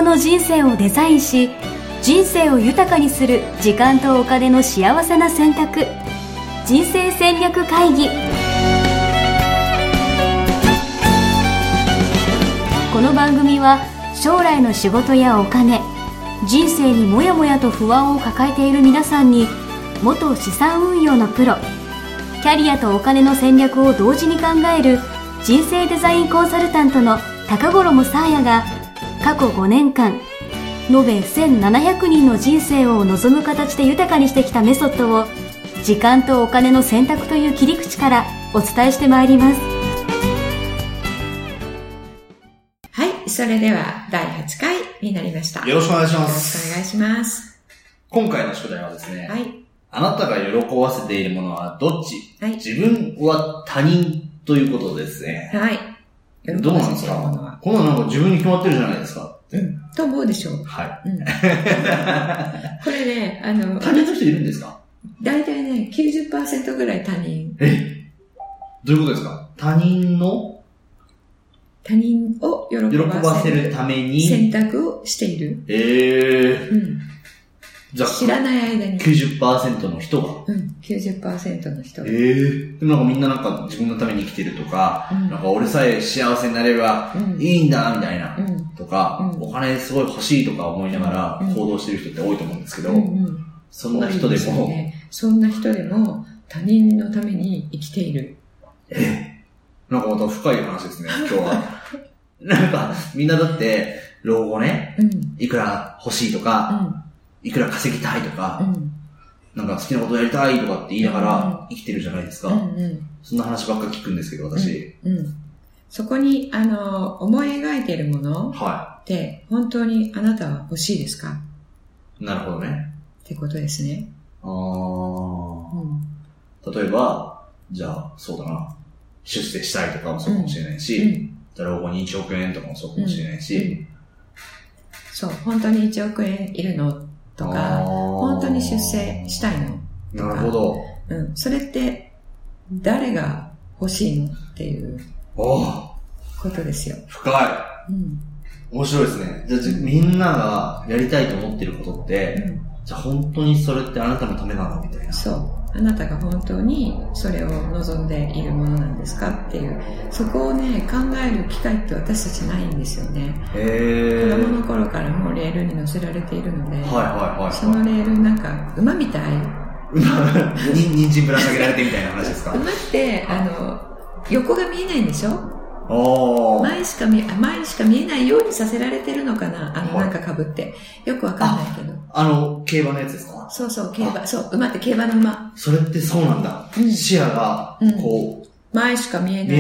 用の人生をデザインし、人生を豊かにする時間とお金の幸せな選択、人生戦略会議。この番組は将来の仕事やお金、人生にもやもやと不安を抱えている皆さんに、元資産運用のプロ、キャリアとお金の戦略を同時に考える人生デザインコンサルタントの高頃もさあやが、過去5年間延べ1700人の人生を望む形で豊かにしてきたメソッドを、時間とお金の選択という切り口からお伝えしてまいります。 はい、それでは第8回になりました。 よろしくお願いします。 よろしくお願いします。 今回の宿題はですね、 はい、 あなたが喜ばせているものはどっち？ はい、 自分は他人ということですね。 はい。 どうなんですか？こんなのなんか自分に決まってるじゃないですか。 と思うでしょう。 はい。 これね、 他人の人いるんですか？ だいたいね、90% ぐらい他人。 どういうことですか？他人を喜ばせるために選択をしている。 じゃあ知らない間に 90% の人が、 90% の人が、 でもなんかみんななんか自分のために生きてるとか、なんか俺さえ幸せになればいいんだみたいな、とか、お金すごい欲しいとか思いながら行動してる人って多いと思うんですけど、そんな人でも、 そんな人でも他人のために生きている。 なんかまた深い話ですね、今日は。なんかみんなだって老後ね、いくら欲しいとか、いくら稼ぎたいとか、なんか好きなことやりたいとかって言いながら生きてるじゃないですか。そんな話ばっか聞くんですけど、私。 そこに、思い描いているものって、本当にあなたは欲しいですか？ なるほどね。 ってことですね。 例えば、じゃあ、そうだな。出世したいとかもそうかもしれないし、老後に1億円とかもそうかもしれないし、 そう、本当に1億円いるのとか、本当に出世したいのとか。 なるほど。 それって誰が欲しいのっていうことですよ。 深い。面白いですね。じゃあ、みんながやりたいと思ってることって、じゃあ本当にそれってあなたのためなのみたいな。 そう。あなたが本当にそれを望んでいるものなんですかっていう、そこをね、考える機会って私たちないんですよね。子供の頃からもうレールに乗せられているので、そのレールなんか馬みたい。 人参ぶら下げられてみたいな話ですか？ 馬って、横が見えないんでしょ？前しか見えないようにさせられてるのかな、なんか被って。よくわかんないけど。 競馬のやつですか？ そう、競馬。そう、馬って競馬の馬。 それってそうなんだ。視野が、こう、 前しか見えない。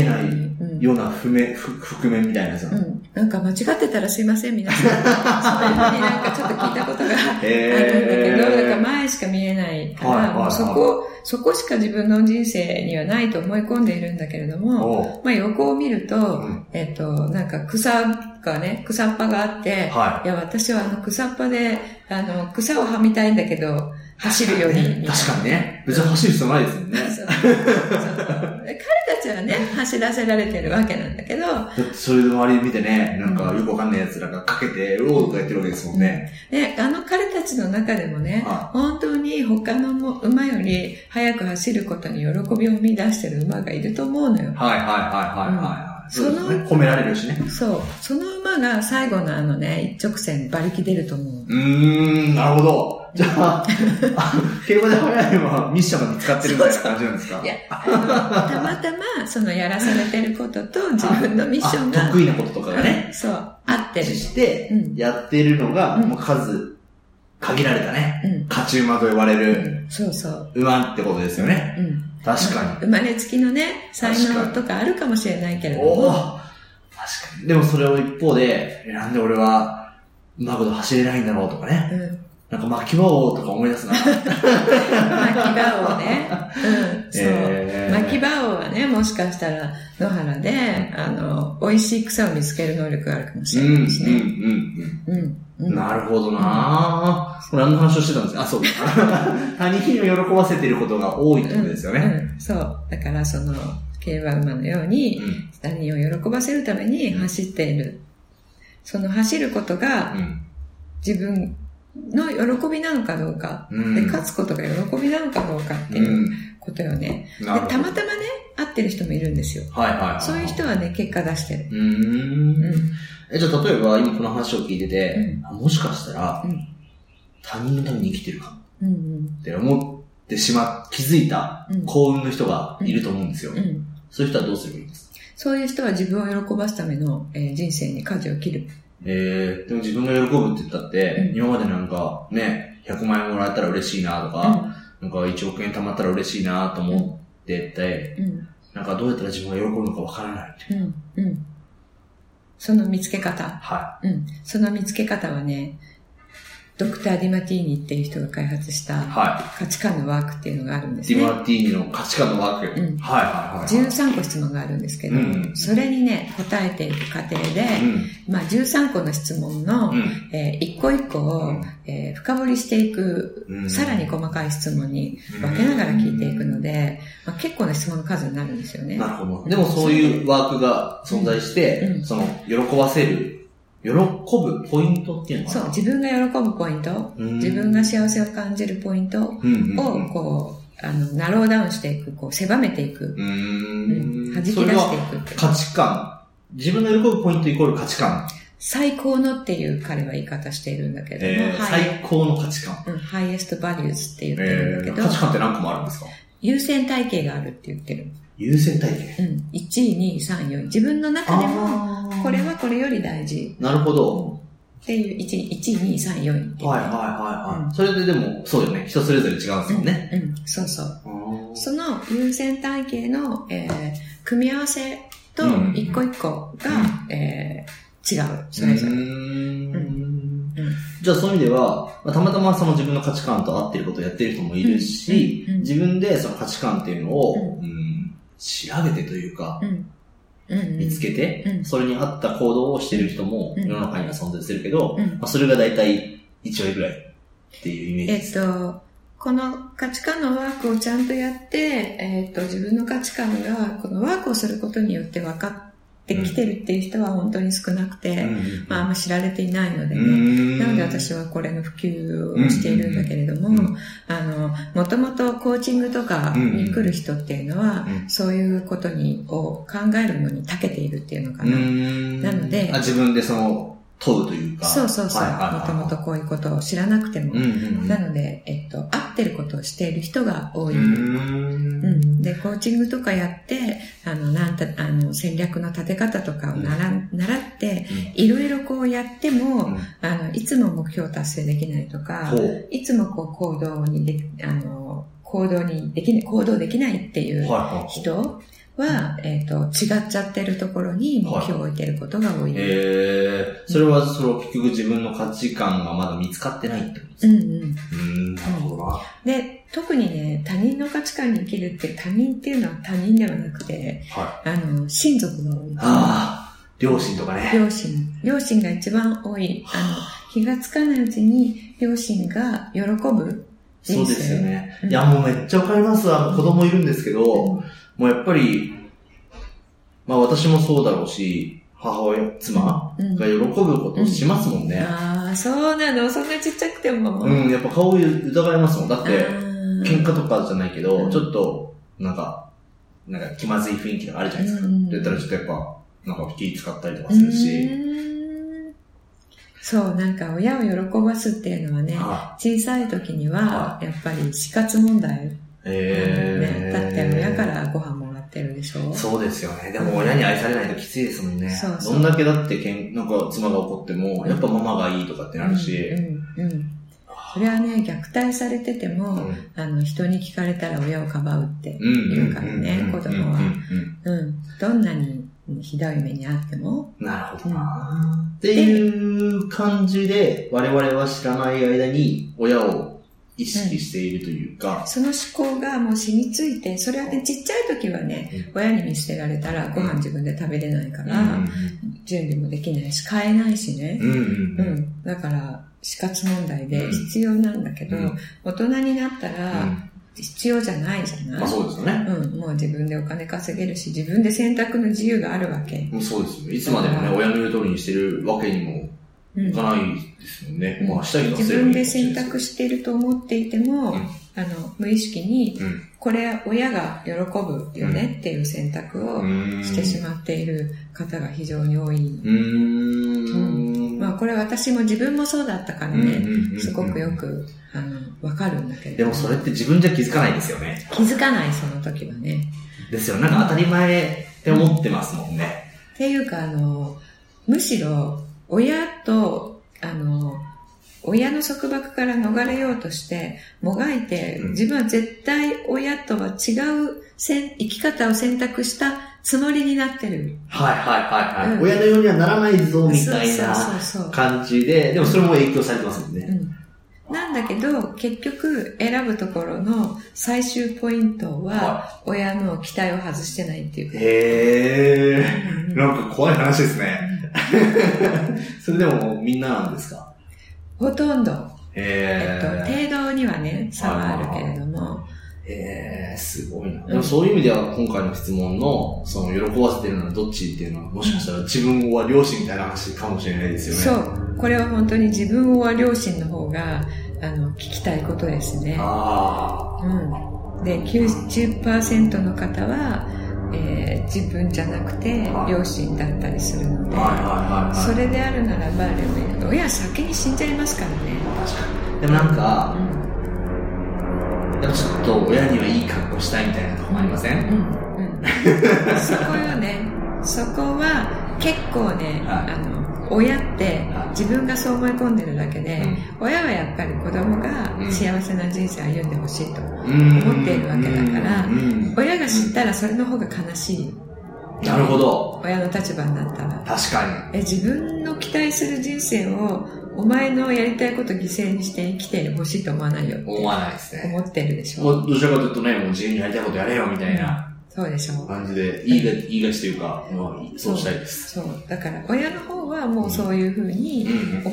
ような覆面みたいなやつ。 なんか間違ってたらすいません、皆さん。そういうふうになんかちょっと聞いたことがあるんだけど、だから前しか見えないから、もうそこしか自分の人生にはないと思い込んでいるんだけれども、横を見ると、なんか草っぱがあって、いや、私は草っぱで、草をはみたいんだけど、走るように。 確かにね。別に走る必要ないですもんね。 彼たちはね、走らせられてるわけなんだけど。だってそれで周り見てね、なんかよくわかんない奴らがかけて、うおーとかやってるわけですもんね。 で、彼たちの中でもね、本当に他の馬より速く走ることに喜びを見出してる馬がいると思うのよ。 そうですね。褒められるしね。 そう。その馬が最後の一直線馬力出ると思う。 なるほど。じゃあ、競馬で速い馬はミッションが見つかってるみたいな感じなんですか？ いや、たまたま、やらされてることと自分のミッションが。 得意なこととかがね。 そう。合ってる。 して、やってるのが、もう数、限られたね。勝ち馬と呼ばれる。馬ってことですよね。確かに。 生まれつきのね、才能とかあるかもしれないけれども。 確かに。でもそれを一方で、なんで俺はうまいこと走れないんだろうとかね。なんか巻き場王とか思い出すな。 巻き場王ね。そう。巻き場王はね、もしかしたら野原で、美味しい草を見つける能力があるかもしれないですね。 なるほどなぁ。何の話をしてたんですか？そうか。他人を喜ばせていることが多いってことですよね。 そう。だから競馬馬のように、他人を喜ばせるために走っている。 その走ることが自分の喜びなのかどうか、で勝つことが喜びなのかどうかっていうことよね。でたまたまね会ってる人もいるんですよ。そういう人はね結果出してる。 じゃあ例えば今この話を聞いてて、もしかしたら、他人のために生きてるかって思って気づいた幸運の人がいると思うんですよ。そういう人はどうすればいいですか？ そういう人は自分を喜ばすための、人生に舵を切る。 でも自分が喜ぶって言ったって、今までなんかね、100万円もらえたら嬉しいなとか、なんか1億円貯まったら嬉しいなと思ってて、なんかどうやったら自分が喜ぶのかわからない。 その見つけ方。その見つけ方はね、ドクター・ディマティーニっていう人が開発した価値観のワークっていうのがあるんですね。 ディマティーニの価値観のワーク。 13個質問があるんですけど、それにね、答えていく過程で、13個の質問の、一個一個を、深掘りしていく、さらに細かい質問に分けながら聞いていくので、結構な質問の数になるんですよね。 なるほど。でもそういうワークが存在して、その、喜ばせる、喜ぶポイントっていうのかな？ そう、自分が喜ぶポイント、自分が幸せを感じるポイントを、こう、ナローダウンしていく、こう、狭めていく。弾き出していくって。 価値観。自分が喜ぶポイントイコール価値観。 最高のっていう彼は言い方しているんだけども。 最高の価値観。 ハイエストバリューズって言ってるんだけど。 価値観って何個もあるんですか？ 優先体系があるって言ってる。 優先体系 1位、2位、3位、4位。自分の中でも、これはこれより大事。 なるほど。 っていう1位、2位、3位、4位っていう。 それででも、そうよね。人それぞれ違うんですよね。 そうそう。その優先体系の、組み合わせと一個一個が、違う。それぞれ。 じゃあそういう意味では、たまたまその自分の価値観と合っていることをやっている人もいるし、自分でその価値観っていうのを、調べてというか、見つけて、それに合った行動をしている人も世の中には存在するけど、それが大体1割ぐらいっていうイメージです。 この価値観のワークをちゃんとやって、自分の価値観がこのワークをすることによって分かってきてるっていう人は本当に少なくて、あんま知られていないのでね。なので私はこれの普及をしているんだけれども、もともとコーチングとかに来る人っていうのは、そういうことを考えるのに長けているっていうのかな。なので、 自分でその、問うというか。 そう。もともとこういうことを知らなくても。なので、合ってることをしている人が多い。で、コーチングとかやって、戦略の立て方とかを習って、いろいろこうやっても、いつも目標達成できないとか、いつもこう行動できないっていう人は、違っちゃってるところに目標を置いてることが多い。 それは、結局自分の価値観がまだ見つかってないってことですか？なるほどな。 で、特にね、他人の価値観に生きるって、他人っていうのは他人ではなくて、親族が多い。 両親とかね。 両親が一番多い。気がつかないうちに、両親が喜ぶ。 そうですよね。いや、もうめっちゃわかります。子供いるんですけど、もうやっぱり、私もそうだろうし、母親、妻が喜ぶことをしますもんね。 そうなの。そんなちっちゃくても。 やっぱ顔疑いますもん。だって、喧嘩とかじゃないけど、ちょっと、なんか気まずい雰囲気があるじゃないですか。って言ったらちょっとやっぱ、気使ったりとかするし。 そう、親を喜ばすっていうのはね、小さい時には、やっぱり死活問題。だって親からご飯もらってるでしょ。 そうですよね。でも親に愛されないときついですもんね。どんだけだって妻が怒っても、やっぱママがいいとかってなるし。 それはね、虐待されてても、人に聞かれたら親をかばうって言うからね、子供は。どんなにひどい目にあっても。 なるほどな。っていう感じで、我々は知らない間に親を意識しているというか、 その思考がもう染みついて、それはね、ちっちゃい時はね、親に見捨てられたらご飯自分で食べれないから、準備もできないし、買えないしね。だから、死活問題で必要なんだけど、大人になったら、 必要じゃないじゃない。 まあそうですよね。 もう自分でお金稼げるし、自分で選択の自由があるわけ。 そうですよね。いつまでもね、親の言う通りにしてるわけにもいかないですもんね。まあしたい人は自分で選択していると思っていても、無意識に、これ親が喜ぶよねっていう選択をしてしまっている方が非常に多い。まあこれ私も自分もそうだったからね、すごくよくわかるんだけど。 でもそれって自分じゃ気づかないですよね。 気づかない、その時はね。 ですよ。なんか当たり前って思ってますもんね。 っていうかむしろ親と親の束縛から逃れようとしてもがいて、自分は絶対親とは違う生き方を選択したつもりになってる。 はい。親のようにはならないぞみたいな感じで、でもそれも影響されてますもんね。 なんだけど結局選ぶところの最終ポイントは親の期待を外してないっていうか。 なんか怖い話ですね。それでもみんななんですか？ ほとんど。程度にはね、差はあるけれども。 すごいな。でもそういう意味では今回の質問の、その喜ばせてるのはどっちっていうのは、もしかしたら自分は両親みたいな話かもしれないですよね。 そう。これは本当に自分は両親の方が、聞きたいことですね。で、90% の方は、自分じゃなくて両親だったりするので、それであるならば親は先に死んじゃいますからね。 確かに。でもなんか、ちょっと親にはいい格好したいみたいなとこもありません？ そこよね。そこは結構ね、親って自分がそう思い込んでるだけで、親はやっぱり子供が幸せな人生を歩んでほしいと思っているわけだから、親が知ったらそれの方が悲しい。 なるほど。 親の立場になったら。 確かに。 自分の期待する人生をお前のやりたいことを犠牲にして生きてほしいと思わないよって。 思わないですね。 思ってるでしょ。 どちらかというとね、もう自由にやりたいことやれよみたいな。 そうでしょう。 感じで、言いがちというか、そうしたいです。 そう。だから、親の方はもうそういうふうに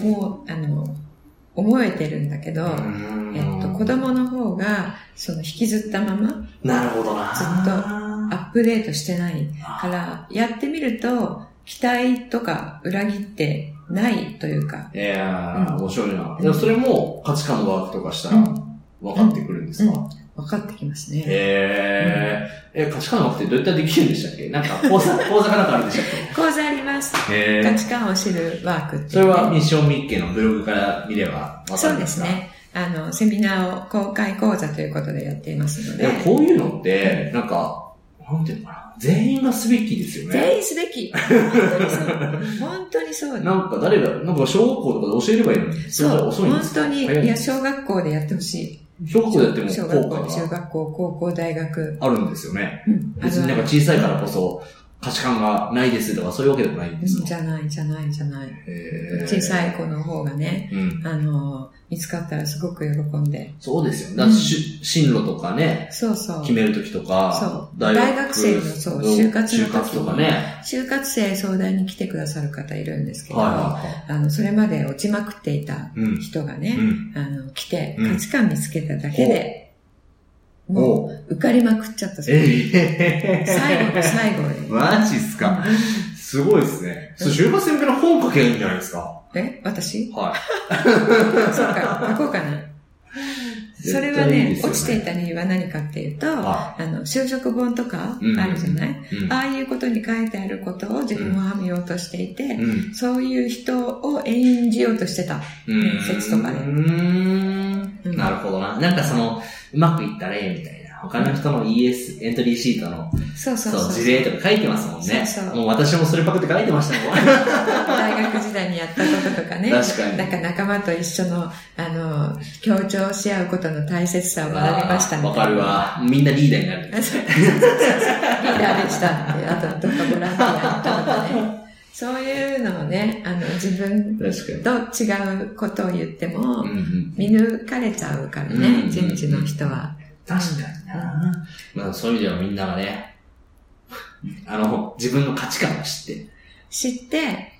思えてるんだけど、子供の方が、引きずったまま、 なるほどな。 ずっとアップデートしてないから、やってみると、期待とか裏切ってないというか。 面白いな。でもそれも価値観のワークとかしたら、分かってくるんですか？ 分かってきますね。 価値観のワークってどうやったらできるんでしたっけ？なんか講座かなんかあるんでしたっけ？ 講座あります。価値観を知るワークって、ね。 それはミッションミッケのブログから見れば分かるんですか？ そうですね。セミナーを公開講座ということでやっていますので。 でもこういうのって、なんか、なんていうのかな。全員がすべきですよね。 全員すべき。本当にそう。 なんか誰が、なんか小学校とかで教えればいいのに。 そう。本当に、いや、小学校でやってほしい。 小学校でやっても小学校、高校、大学。 あるんですよね。別になんか小さいからこそ価値観がないですとかそういうわけでもないんですか？ じゃない。小さい子の方がね、見つかったらすごく喜んで。 そうですよ。だって進路とかね、 そう。 決めるときとか、 大学生の就活の時とかね。 就活生相談に来てくださる方いるんですけど、それまで落ちまくっていた人がね、来て価値観見つけただけで、もう受かりまくっちゃった最後の最後で。 マジっすか？すごいですね。就活生向けの本書けばいいんじゃないですか？ 私？ はい。 そうか、書こうかな。それはね、落ちていた理由は何かっていうと、就職本とかあるじゃない？ああいうことに書いてあることを自分は見ようとしていて、そういう人を演じようとしてた。面接とかで。 なるほどな。なんかうまくいった例みたいな。他の人の ES、エントリーシートの、事例とか書いてますもんね。もう私もそれパクって書いてましたもん。 大学時代にやったこととかね。 確かに。 なんか仲間と一緒の、協調し合うことの大切さを学びましたみたいな。 わかるわ。みんなリーダーになる。リーダーでしたって。あと、どっかボランティアに行ったとかね。そういうのをね、自分と違うことを言っても、見抜かれちゃうからね、人事の人は。 確かにな。まあそういう意味ではみんながね、自分の価値観を知って、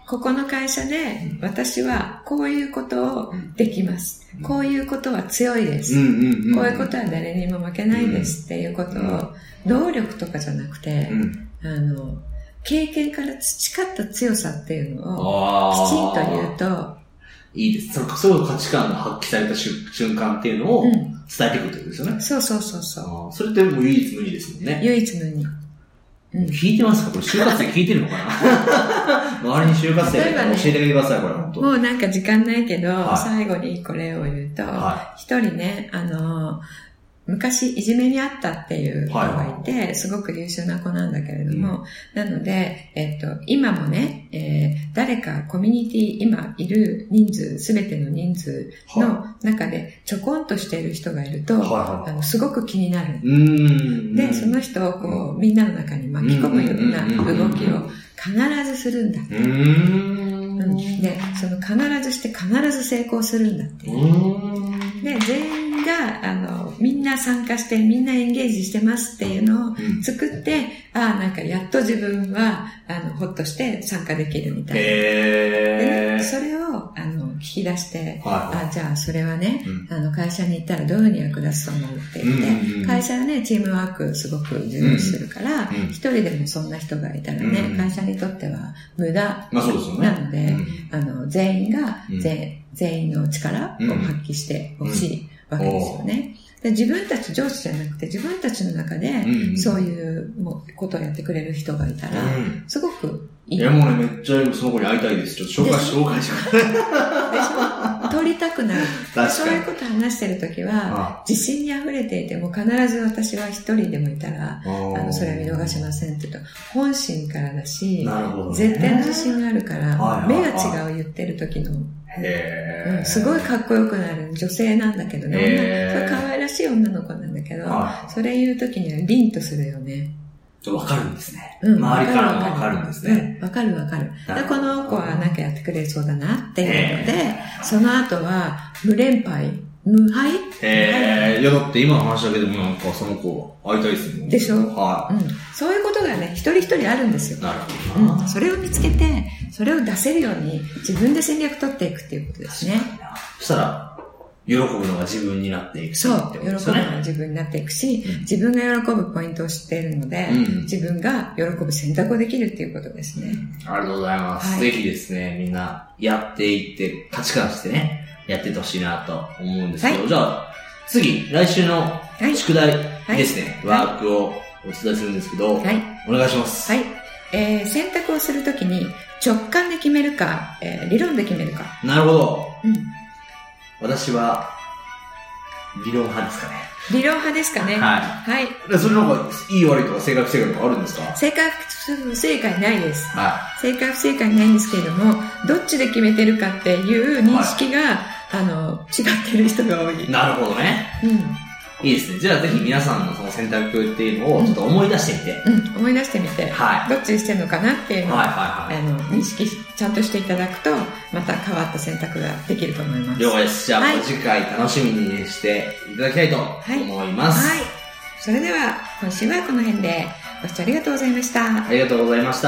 ここの会社で私はこういうことをできます。こういうことは強いです。こういうことは誰にも負けないですっていうことを、能力とかじゃなくて、経験から培った強さっていうのをきちんと言うと、 いいです。そういう価値観が発揮された瞬間っていうのを伝えていくってことですよね。 そう。 それってもう唯一無二ですもんね。 唯一無二。 聞いてますか？これ就活生聞いてるのかな周りに就活生が教えてください、これ本当。 もうなんか時間ないけど、最後にこれを言うと、一人ね、昔いじめにあったっていう子がいて、すごく優秀な子なんだけれども、なので、今もね、誰かコミュニティ、今いる人数、すべての人数の中でちょこんとしている人がいると、すごく気になる。で、その人をこう、みんなの中に巻き込むような動きを必ずするんだって。で、その必ずして必ず成功するんだって。で、全員が、みんな参加して、みんなエンゲージしてますっていうのを作って、なんかやっと自分は、ほっとして参加できるみたいな。で、それを、聞き出して、じゃあそれはね、会社に行ったらどういうふうに役立つと思うって言って、会社はね、チームワークすごく重要視するから、一人でもそんな人がいたらね、会社にとっては無駄なので、全員が全員の力を発揮してほしいわけですよね。で、自分たち上司じゃなくて自分たちの中でそういうことをやってくれる人がいたらすごくいい。 いやもうね、めっちゃその子に会いたいです。ちょっと紹介しよう。でしょ？取りたくなる。そういうこと話してるときは自信に溢れていても必ず私は一人でもいたらそれは見逃しませんって言うと本心からだし、絶対の自信があるから目が違う言ってる時のすごいかっこよくなる女性なんだけどね、それ可愛らしい女の子なんだけど、それ言うときには凛とするよね。 わかるんですね。周りからもわかるんですね。 わかる。この子はなんかやってくれそうだなっていうので、その後は無連敗無敗。 いやだって今の話だけでもなんかその子会いたいですもん。 でしょ？そういうことがね、一人一人あるんですよ。 なるほど。 それを見つけて、それを出せるように自分で戦略取っていくっていうことですね。 そしたら、喜ぶのが自分になっていく。 そう、喜ぶのが自分になっていくし、自分が喜ぶポイントを知っているので、自分が喜ぶ選択をできるっていうことですね。 ありがとうございます。ぜひですね、みんなやっていって価値観してね、やっていってほしいなと思うんですけど、じゃあ次、来週の宿題ですね、ワークをお伝えするんですけど、お願いします。 選択をするときに直感で決めるか、理論で決めるか。 なるほど。私は理論派ですかね。 理論派ですかね。はい。 それなんかいい悪いとか正解不正解とかあるんですか？ 正解不正解ないです。正解不正解ないんですけれども、どっちで決めてるかっていう認識が、違ってる人が多い。 なるほどね。いいですね。じゃあぜひ皆さんのその選択っていうのをちょっと思い出してみて。 思い出してみて。どっちにしてるのかなっていうのを、認識ちゃんとしていただくと、また変わった選択ができると思います。 了解です。じゃあ、次回楽しみにしていただきたいと思います。 それでは、今週はこの辺で、ご視聴ありがとうございました。 ありがとうございました。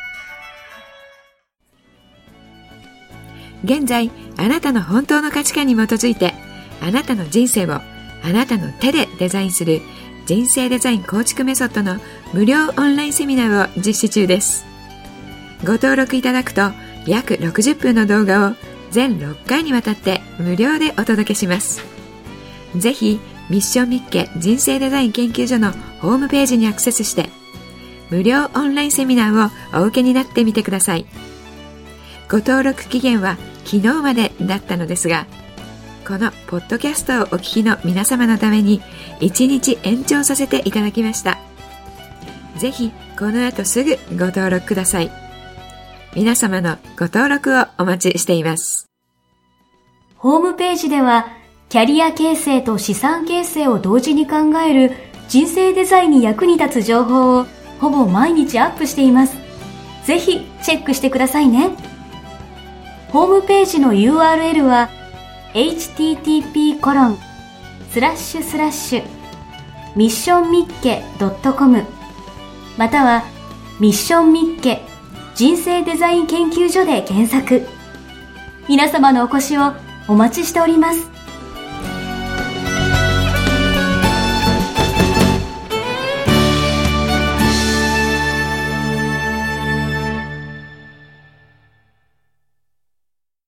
現在、あなたの本当の価値観に基づいて、あなたの人生をあなたの手でデザインする人生デザイン構築メソッドの無料オンラインセミナーを実施中です。ご登録いただくと約60分の動画を全6回にわたって無料でお届けします。ぜひミッションミッケ人生デザイン研究所のホームページにアクセスして無料オンラインセミナーをお受けになってみてください。ご登録期限は昨日までだったのですが、このポッドキャストをお聞きの皆様のために1日延長させていただきました。ぜひこの後すぐご登録ください。皆様のご登録をお待ちしています。 ホームページではキャリア形成と資産形成を同時に考える人生デザインに役に立つ情報をほぼ毎日アップしています。ぜひチェックしてくださいね。ホームページの URL はhttp://missionmicke.com またはミッションミッケ人生デザイン研究所で検索。皆様のお越しをお待ちしております。